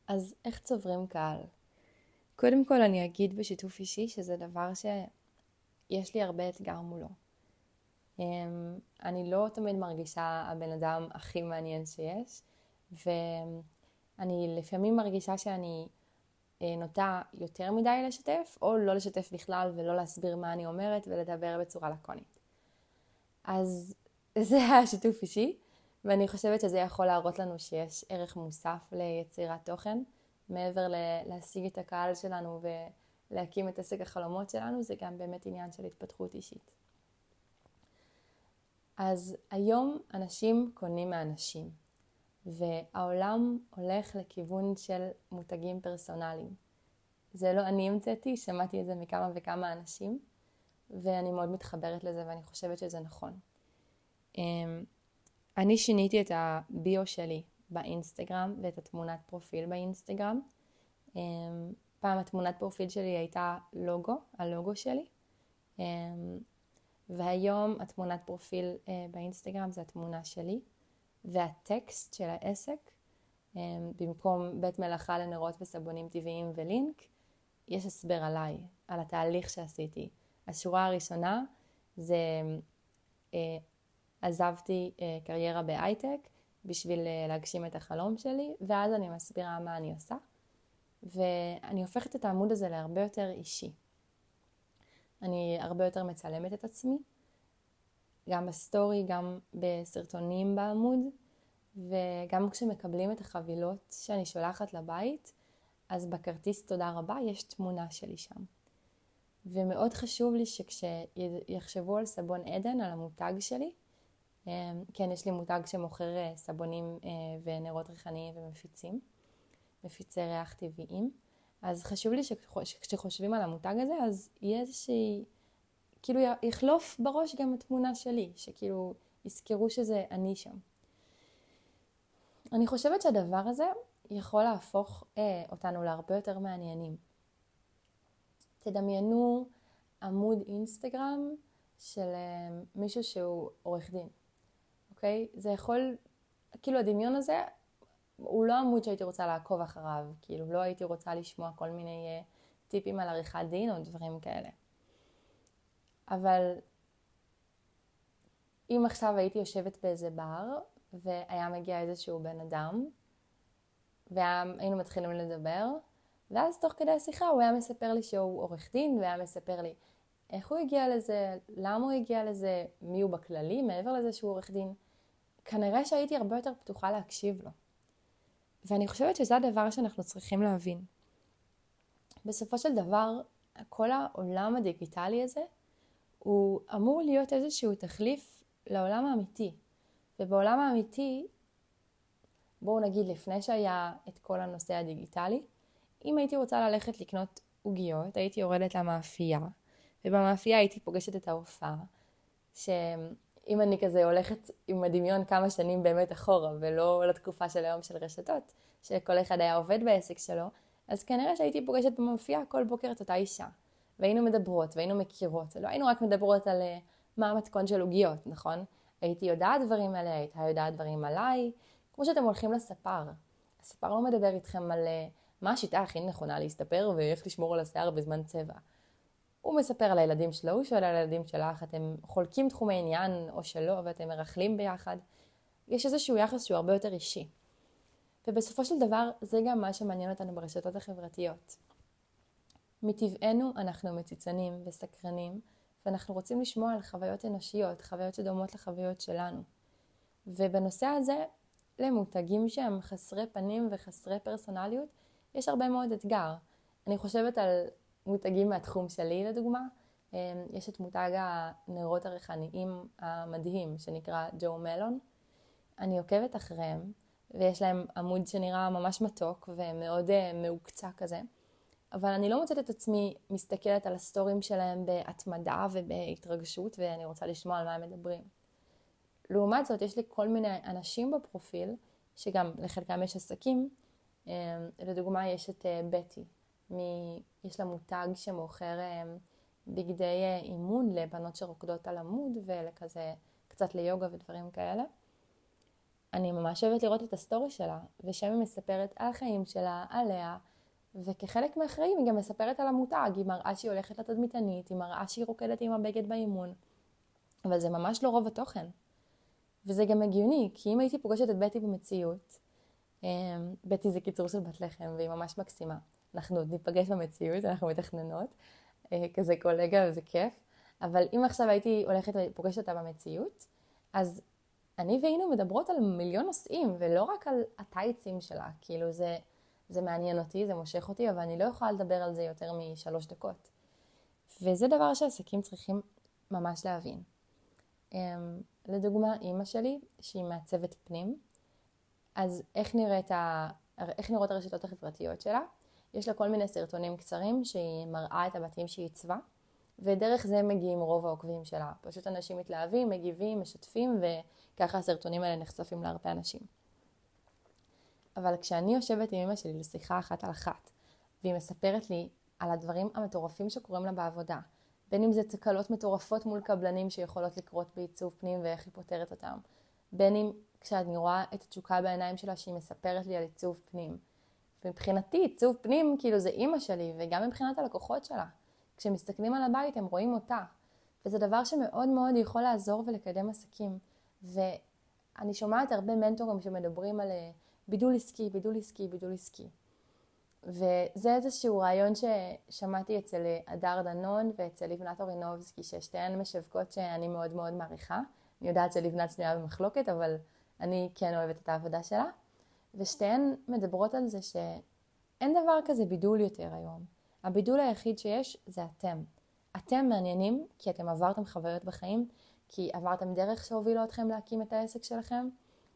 אז איך צוברים קהל? קודם כל אני אגיד בשיתוף אישי שזה דבר שיש לי הרבה אתגר מולו. אני לא תמיד מרגישה הבן אדם הכי מעניין שיש, ואני לפעמים מרגישה שאני נוטה יותר מדי לשתף, או לא לשתף בכלל ולא להסביר מה אני אומרת ולדבר בצורה לקונית. אז זה היה שיתוף אישי, ואני חושבת שזה יכול להראות לנו שיש ערך מוסף ליצירת תוכן, מעבר להשיג את הקהל שלנו ולהקים את עסק החלומות שלנו, זה גם באמת עניין של התפתחות אישית. אז היום אנשים קונים מאנשים, והעולם הולך לכיוון של מותגים פרסונליים. זה לא אני המצאתי, שמעתי את זה מכמה וכמה אנשים, ואני מאוד מתחברת לזה ואני חושבת שזה נכון. אני שיניתי את הביו שלי באינסטגרם ואת התמונת פרופיל באינסטגרם. פעם התמונת פרופיל שלי הייתה הלוגו שלי, והיום התמונת פרופיל באינסטגרם זה התמונה שלי, והטקסט של העסק, במקום בית מלאכה לנרות וסבונים טבעיים ולינק, יש הסבר עליי, על התהליך שעשיתי. השורה הראשונה זה עזבתי קריירה בהייטק בשביל להגשים את החלום שלי, ואז אני מסבירה מה אני עושה, ואני הופכת את העמוד הזה להרבה יותר אישי. אני הרבה יותר מצלמת את עצמי, גם בסטורי, גם בסרטונים בעמוד, וגם כשמקבלים את החבילות שאני שולחת לבית, אז בכרטיס תודה רבה יש תמונה שלי שם. ומאוד חשוב לי שכשיחשבו על סבון עדן, על המותג שלי, כן, יש לי מותג שמוכר סבונים ונרות ריחניים ומפיצים, מפיצי ריח טבעיים, אז חשוב לי שכשחושבים על המותג הזה, אז יהיה איזושהי, כאילו יחלוף בראש גם התמונה שלי, שכאילו יזכרו שזה אני שם. אני חושבת שהדבר הזה יכול להפוך אותנו להרבה יותר מעניינים. תדמיינו עמוד אינסטגרם של מישהו שהוא עורך דין, אוקיי? זה יכול, כאילו הדמיון הזה, הוא לא עמוד שהייתי רוצה לעקוב אחריו, כאילו לא הייתי רוצה לשמוע כל מיני טיפים על עריכת דין או דברים כאלה. אבל אם עכשיו הייתי יושבת באיזה בר, והיה מגיע איזשהו בן אדם, והיינו מתחילים לדבר, ואז תוך כדי השיחה הוא היה מספר לי שהוא עורך דין, והיה מספר לי איך הוא הגיע לזה, למה הוא הגיע לזה, מי הוא בכללי, מעבר לזה שהוא עורך דין. כנראה שהייתי הרבה יותר פתוחה להקשיב לו. ואני חושבת שזה הדבר שאנחנו צריכים להבין. בסופו של דבר, כל העולם הדיגיטלי הזה, הוא אמור להיות איזשהו תחליף לעולם האמיתי. ובעולם האמיתי, בואו נגיד לפני שהיה את כל הנושא הדיגיטלי, אם הייתי רוצה ללכת לקנות עוגיות, הייתי יורדת למאפייה, ובמאפייה הייתי פוגשת את ההופעה, שאם אני כזה הולכת עם הדמיון כמה שנים באמת אחורה, ולא לתקופה של היום של רשתות, שכל אחד היה עובד בעסק שלו, אז כנראה שהייתי פוגשת במאפייה כל בוקר את אותה אישה. והיינו מדברות, והיינו מכירות, לא היינו רק מדברות על מה המתכון של עוגיות, נכון? הייתי יודעת דברים עליה, הייתה יודעת דברים עליי, כמו שאתם הולכים לספר. הספר לא מדבר איתכם על מה השיטה הכי נכונה להסתפר ואיך לשמור על השיער בזמן צבע. הוא מספר על הילדים שלו, הוא שואל על הילדים שלך, אתם חולקים תחומי עניין או שלא, ואתם מרחלים ביחד. יש איזשהו יחס שהוא הרבה יותר אישי. ובסופו של דבר, זה גם מה שמעניין אותנו ברשתות החברתיות. מטבענו אנחנו מציצנים וסקרנים, ואנחנו רוצים לשמוע על חוויות אנושיות, חוויות שדומות לחוויות שלנו. ובנושא הזה, למותגים שהם חסרי פנים וחסרי פרסונליות, יש הרבה מאוד אתגר. אני חושבת על מותגים מהתחום שלי לדוגמה, יש את מותג הנרות הריחניים המדהים שנקרא ג'ו מלון. אני עוקבת אחריהם, ויש להם עמוד שנראה ממש מתוק ומאוד מעוקצה כזה. אבל אני לא מוצאת את עצמי מסתכלת על הסטורים שלהם בהתמדה ובהתרגשות, ואני רוצה לשמוע על מה הם מדברים. לעומת זאת, יש לי כל מיני אנשים בפרופיל, שגם לחלקם יש עסקים. לדוגמה, יש את בטי. יש לה מותג שמוכר בגדי אימון לבנות שרוקדות על עמוד, ולכזה קצת ליוגה ודברים כאלה. אני ממש אוהבת לראות את הסטורי שלה, ושם היא מספרת על החיים שלה, עליה, וכחלק מהחיים היא גם מספרת על המותג, היא מראה שהיא הולכת לתדמיתנית, היא מראה שהיא רוקדת עם הבגד באימון, אבל זה ממש לא רוב התוכן. וזה גם הגיוני, כי אם הייתי פוגשת את בטי במציאות, בטי זה קיצור של בת לחם, והיא ממש מקסימה. אנחנו עוד ניפגש במציאות, אנחנו מתכננות, כזה קולגה וזה כיף. אבל אם עכשיו הייתי הולכת ופוגשת אותה במציאות, אז אני והיינו מדברות על מיליון נושאים, ולא רק על הטייצים שלה. כאילו זה מעניין אותי, זה מושך אותי, אבל אני לא יכולה לדבר על זה יותר מ3 דקות. וזה דבר שעסקים צריכים ממש להבין. לדוגמה, אמא שלי, שהיא מעצבת פנים, אז איך נראות הרשתות החברתיות שלה? יש לה כל מיני סרטונים קצרים שהיא מראה את הבתים שהיא עיצבה, ודרך זה מגיעים רוב העוקבים שלה. פשוט אנשים מתלהבים, מגיבים, משתפים, וככה הסרטונים האלה נחשפים להרבה אנשים. אבל כשאני יושבת עם אמא שלי לשיחה 1 על 1, והיא מספרת לי על הדברים המטורפים שקורים לה בעבודה, בין אם זה תקלות מטורפות מול קבלנים שיכולות לקרות בעיצוב פנים ואיך היא פותרת אותם, בין אם כשאני רואה את התשוקה בעיניים שלה שהיא מספרת לי על עיצוב פנים. ומבחינתי עיצוב פנים כאילו זה אמא שלי, וגם מבחינת הלקוחות שלה. כשמסתכלים על הבית הם רואים אותה, וזה דבר שמאוד מאוד יכול לעזור ולקדם עסקים. ואני שומעת הרבה מנטורים שמדברים על בידול עסקי, בידול עסקי, בידול עסקי. וזה איזשהו רעיון ששמעתי אצל הדר דנון ואצל לבנת אורינובסקי, ששתיהן משווקות שאני מאוד מאוד מעריכה. אני יודעת שלבנת שנויה במחלוקת, אבל אני כן אוהבת את העבודה שלה. ושתיהן מדברות על זה שאין דבר כזה בידול יותר היום. הבידול היחיד שיש זה אתם. אתם מעניינים כי אתם עברתם חוויות בחיים, כי עברתם דרך שהובילו אתכם להקים את העסק שלכם,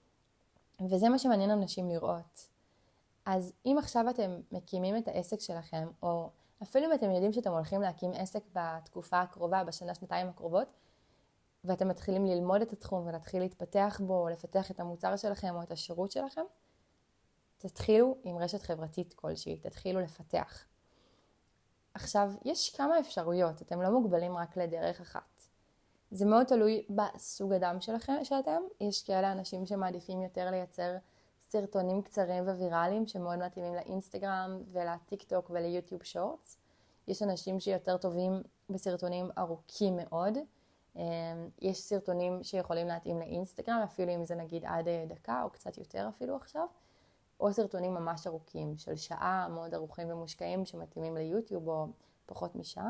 וזה מה שמעניין אנשים לראות. אז אם עכשיו אתם מקימים את העסק שלכם, או אפילו אם אתם יודעים שאתם הולכים להקים עסק בתקופה הקרובה, בשנה-שנתיים הקרובות, ואתם מתחילים ללמוד את התחום ולהתחיל להתפתח בו, או לפתח את המוצר שלכם או את השירות שלכם, תתחילו עם רשת חברתית כלשהי, תתחילו לפתח. עכשיו, יש כמה אפשרויות, אתם לא מוגבלים רק לדרך אחת. זה מאוד תלוי בסוג אדם שאתם. יש כאלה אנשים שמעדיפים יותר לייצר סרטונים קצרים וויראליים שמאוד מתאימים לאינסטגרם ולטיק טוק וליוטיוב שורטס. יש אנשים שיותר טובים בסרטונים ארוכים מאוד. יש סרטונים שיכולים להתאים לאינסטגרם, אפילו אם זה נגיד עד דקה או קצת יותר אפילו עכשיו. או סרטונים ממש ארוכים של שעה, מאוד ארוכים ומושקעים שמתאימים ליוטיוב או פחות משעה.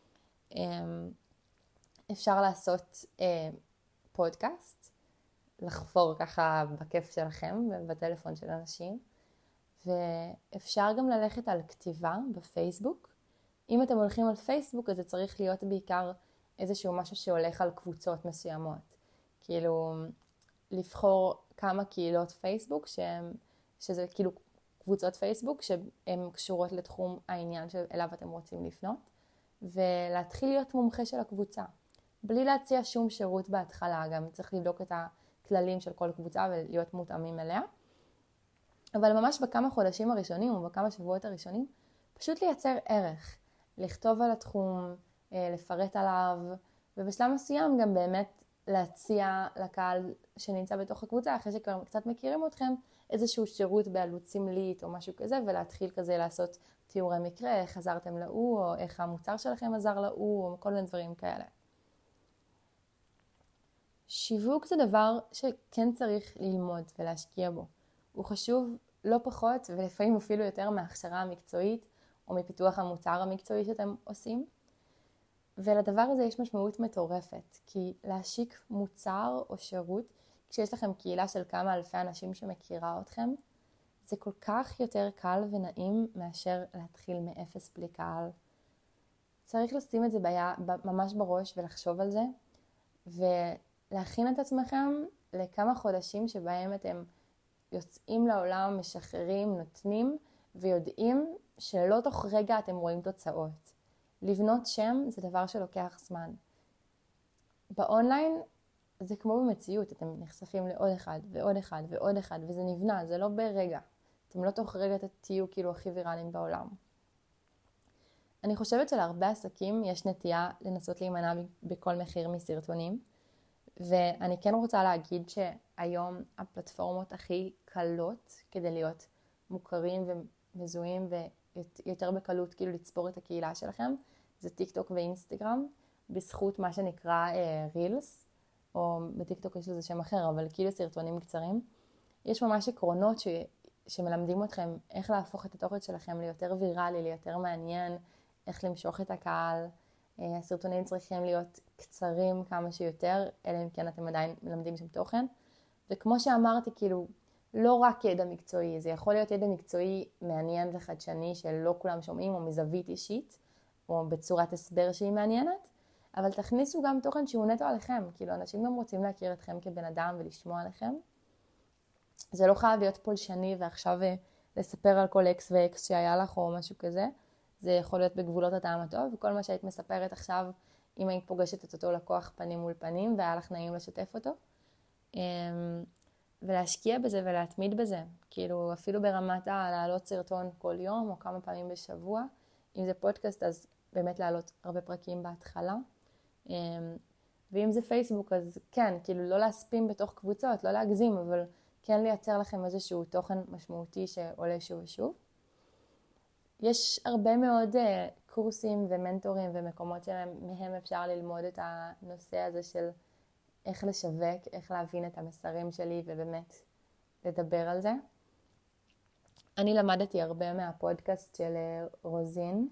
אפשר לעשות פודקאסט, לחפור ככה בכיף שלכם ובטלפון של אנשים, ואפשר גם ללכת על כתיבה בפייסבוק. אם אתם הולכים על פייסבוק, אז זה צריך להיות בעיקר איזשהו משהו שהולך על קבוצות מסוימות. כאילו, לבחור כמה קהילות פייסבוק שזה כאילו קבוצות פייסבוק שהן קשורות לתחום העניין שאליו אתם רוצים לפנות, ולהתחיל להיות מומחה של הקבוצה. בלי להציע שום שירות בהתחלה, גם צריך לבדוק את הכללים של כל קבוצה ולהיות מותאמים אליה. אבל ממש בכמה חודשים הראשונים או בכמה שבועות הראשונים, פשוט לייצר ערך, לכתוב על התחום, לפרט עליו, ובשלב מסוים גם באמת להציע לקהל שנמצא בתוך הקבוצה, אחרי שכבר קצת מכירים אתכם, איזשהו שירות בעלות סמלית או משהו כזה, ולהתחיל כזה לעשות תיאורי מקרה, איך עזרתם להוא, או איך המוצר שלכם עזר להוא, או כל מיני דברים כאלה. שיווק זה דבר שכן צריך ללמוד ולהשקיע בו. הוא חשוב לא פחות ולפעמים אפילו יותר מההכשרה המקצועית או מפיתוח המוצר המקצועי שאתם עושים. ולדבר הזה יש משמעות מטורפת, כי להשיק מוצר או שירות כשיש לכם קהילה של כמה אלפי אנשים שמכירה אתכם, זה כל כך יותר קל ונעים מאשר להתחיל מאפס בלי קהל. צריך לשים את זה ממש בראש ולחשוב על זה, ולהכין את עצמכם לכמה חודשים שבהם אתם יוצאים לעולם, משחררים, נותנים, ויודעים שלא תוך רגע אתם רואים תוצאות. לבנות שם זה דבר שלוקח זמן. באונליין זה כמו במציאות, אתם נחשפים לעוד אחד ועוד אחד ועוד אחד, וזה נבנה, זה לא ברגע. אתם לא תוך רגע תהיו כאילו הכי ויראליים בעולם. אני חושבת שלהרבה עסקים יש נטייה לנסות להימנע בכל מחיר מסרטונים, ואני כן רוצה להגיד שהיום הפלטפורמות הכי קלות כדי להיות מוכרים ומזוהים ויותר בקלות כאילו לצפור את הקהילה שלכם, זה טיק טוק ואינסטגרם, בזכות מה שנקרא רילס, או בטיק טוק יש לזה שם אחר, אבל כאילו סרטונים קצרים. יש ממש עקרונות שמלמדים אתכם איך להפוך את התוכן שלכם ליותר ויראלי, ליותר מעניין, איך למשוך את הקהל. הסרטונים צריכים להיות קצרים כמה שיותר, אלא אם כן אתם עדיין מלמדים שם תוכן. וכמו שאמרתי, כאילו, לא רק ידע מקצועי, זה יכול להיות ידע מקצועי מעניין וחדשני שלא כולם שומעים, או מזווית אישית, או בצורת הסבר שהיא מעניינת, אבל תכניסו גם תוכן שהוא נטו עליכם, כאילו אנשים גם רוצים להכיר אתכם כבן אדם ולשמוע עליכם. זה לא חייב להיות פולשני ועכשיו לספר על כל אקס ואקס שהיה לך או משהו כזה. זה יכול להיות בגבולות הטעם הטוב, וכל מה שהיית מספרת עכשיו, אם היית פוגשת את אותו לקוח פנים מול פנים, והיה לך נעים לשתף אותו. ולהשקיע בזה ולהתמיד בזה. כאילו אפילו ברמת להעלות סרטון כל יום או כמה פעמים בשבוע. אם זה פודקאסט אז באמת להעלות הרבה פרקים בהתחלה. ואם זה פייסבוק אז כן, כאילו לא להספים בתוך קבוצות, לא להגזים, אבל כן לייצר לכם איזשהו תוכן משמעותי שעולה שוב ושוב. יש הרבה מאוד קורסים ומנטורים ומקומות שמהם אפשר ללמוד את הנושא הזה של איך לשווק, איך להבין את המסרים שלי ובאמת לדבר על זה. אני למדתי הרבה מהפודקאסט של רוזין,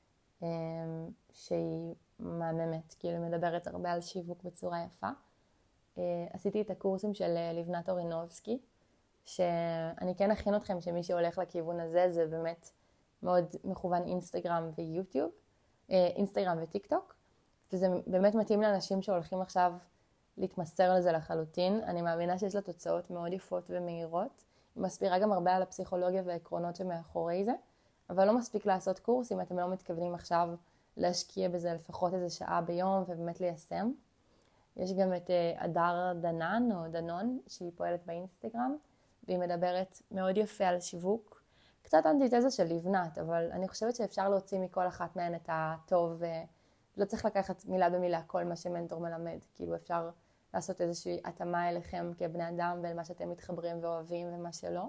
שהיא מהממת, כאילו מדברת הרבה על שיווק בצורה יפה. עשיתי את הקורסים של לבנת אורינובסקי, שאני כן אכין אתכם שמי שהולך לכיוון הזה זה באמת מאוד מכוון אינסטגרם ויוטיוב, אינסטגרם וטיק טוק, וזה באמת מתאים לאנשים שהולכים עכשיו להתמסר לזה לחלוטין. אני מאמינה שיש לה תוצאות מאוד יפות ומהירות, היא מסבירה גם הרבה על הפסיכולוגיה והעקרונות שמאחורי זה, אבל לא מספיק לעשות קורס אם אתם לא מתכוונים עכשיו להשקיע בזה לפחות איזה שעה ביום ובאמת ליישם. יש גם את אדר דנן או דנון שהיא פועלת באינסטגרם, והיא מדברת מאוד יפה על שיווק, קצת אנטיתזה של לבנת, אבל אני חושבת שאפשר להוציא מכל אחת מהן את הטוב, ולא צריך לקחת מילה במילה כל מה שמנטור מלמד, כאילו אפשר לעשות איזושהי התאמה אליכם כבני אדם ואל מה שאתם מתחברים ואוהבים ומה שלא.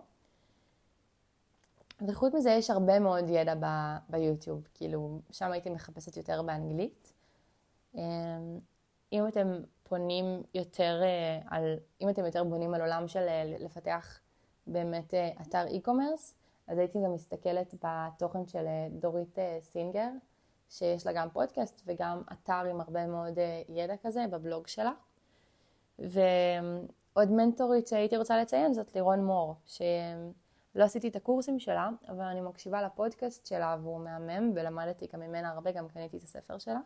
וחוץ מזה יש הרבה מאוד ידע ביוטיוב, כאילו שם הייתי מחפשת יותר באנגלית. אם אתם פונים יותר אם אתם יותר בונים על עולם של לפתח באמת אתר e-commerce, אז הייתי גם מסתכלת בתוכן של דורית סינגר, שיש לה גם פודקאסט וגם אתר עם הרבה מאוד ידע כזה בבלוג שלה. ועוד מנטורית שהייתי רוצה לציין זאת לירון מור, שלא עשיתי את הקורסים שלה, אבל אני מקשיבה לפודקאסט שלה והוא מהמם, ולמדתי גם ממנה הרבה, גם קניתי את הספר שלה.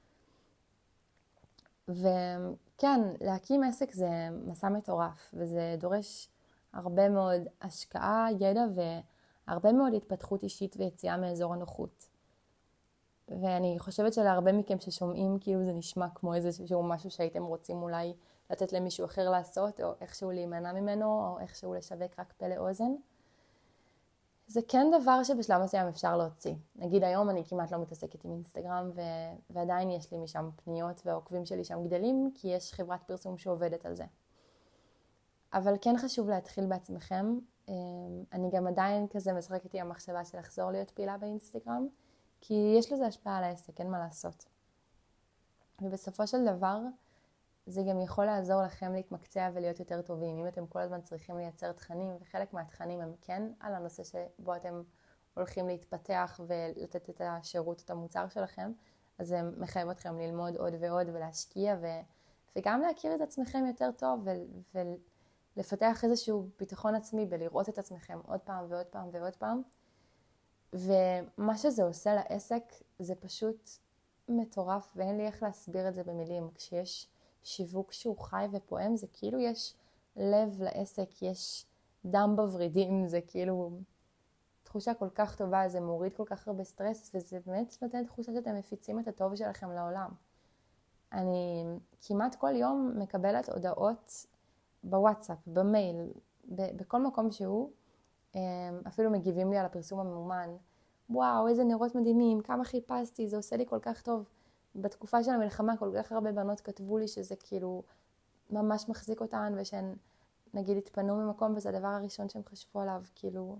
וכן, להקים עסק זה מסע מטורף, וזה דורש הרבה מאוד השקעה, ידע והרבה מאוד התפתחות אישית ויציאה מאזור הנוחות. ואני חושבת שלהרבה מכם ששומעים כאילו זה נשמע כמו איזשהו משהו שהייתם רוצים אולי לתת למישהו אחר לעשות, או איכשהו להימנע ממנו, או איכשהו לשווק רק פה לאוזן. זה כן דבר שבשלב מסוים אפשר להוציא. נגיד היום אני כמעט לא מתעסקת עם אינסטגרם, ועדיין יש לי משם פניות והעוקבים שלי שם גדלים, כי יש חברת פרסום שעובדת על זה. אבל כן חשוב להתחיל בעצמכם. אני גם עדיין כזה משחקת איתי המחשבה של לחזור להיות פעילה באינסטגרם, כי יש לזה השפעה על העסק, אין מה לעשות. ובסופו של דבר, זה גם יכול לעזור לכם להתמקצע ולהיות יותר טובים. אם אתם כל הזמן צריכים לייצר תכנים, וחלק מהתכנים הם כן על הנושא שבו אתם הולכים להתפתח ולתת את השירות, את המוצר שלכם, אז זה מחייב אתכם ללמוד עוד ועוד ולהשקיע, וגם להכיר את עצמכם יותר טוב, ולפתח איזשהו ביטחון עצמי בלראות את עצמכם עוד פעם ועוד פעם ועוד פעם. ומה שזה עושה לעסק זה פשוט מטורף, ואין לי איך להסביר את זה במילים. כשיש שיווק שהוא חי ופועם, זה כאילו יש לב לעסק, יש דם בוורידים, זה כאילו תחושה כל כך טובה, זה מוריד כל כך הרבה סטרס, וזה באמת נותן תחושה שאתם מפיצים את הטוב שלכם לעולם. אני כמעט כל יום מקבלת הודעות בוואטסאפ, במייל, בכל מקום שהוא, אפילו מגיבים לי על הפרסום המאומן, וואו, איזה נרות מדהימים, כמה חיפשתי, זה עושה לי כל כך טוב. בתקופה של המלחמה כל כך הרבה בנות כתבו לי שזה כאילו ממש מחזיק אותן, ושהן נגיד התפנו ממקום וזה הדבר הראשון שהם חשבו עליו, כאילו.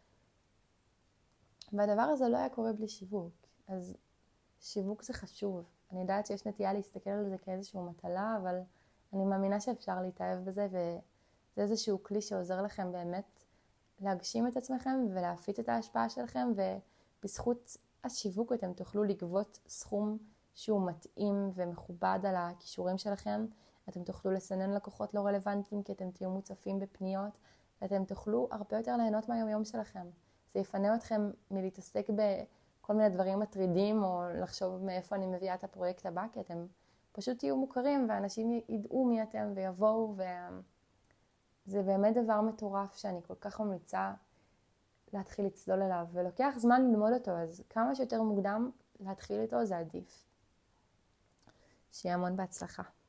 והדבר הזה לא היה קורה בלי שיווק. אז שיווק זה חשוב. אני יודעת שיש נטייה להסתכל על זה כאיזשהו מטלה, אבל אני מאמינה שאפשר להתאהב בזה, וזה איזשהו כלי שעוזר לכם באמת להגשים את עצמכם ולהפיץ את ההשפעה שלכם, ובזכות השיווק אתם תוכלו לגבות סכום שהוא מתאים ומכובד על הכישורים שלכם. אתם תוכלו לסנן לקוחות לא רלוונטיים, כי אתם תהיו מוצפים בפניות, ואתם תוכלו הרבה יותר ליהנות מהיום שלכם. זה יפנה אתכם מלהתעסק בכל מיני דברים מטרידים, או לחשוב מאיפה אני מביאה את הפרויקט הבא, כי אתם פשוט תהיו מוכרים, ואנשים ידעו מי אתם ויבואו, זה באמת דבר מטורף שאני כל כך ממליצה להתחיל לצלול אליו, ולוקח זמן ללמוד אותו, אז כמה שיותר מוקדם להתחיל איתו זה עדיף. שיהיה המון בהצלחה.